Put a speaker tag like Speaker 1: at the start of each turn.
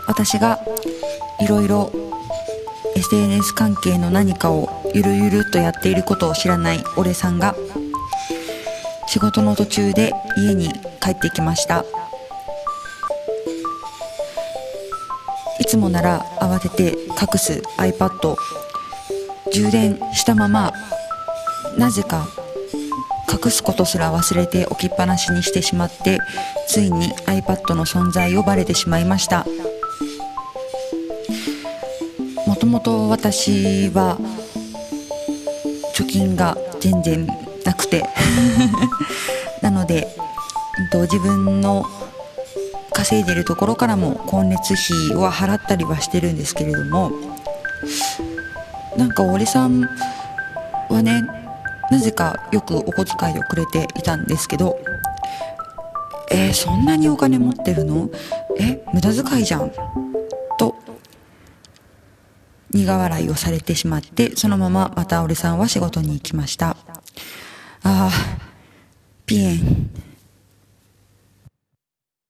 Speaker 1: 私がいろいろ SNS 関係の何かをゆるゆるっとやっていることを知らない俺さんが仕事の途中で家に帰ってきました。いつもなら慌てて隠す iPad、 充電したままなぜか隠すことすら忘れて置きっぱなしにしてしまって、ついに iPad の存在をバレてしまいました。もともと私は貯金が全然なくてなので、自分の稼いでるところからも光熱費は払ったりはしてるんですけれども、なんか俺さんはね、なぜかよくお小遣いをくれていたんですけど、そんなにお金持ってるの？無駄遣いじゃんと苦笑いをされてしまって、そのまままた俺さんは仕事に行きました。ああ、ピエン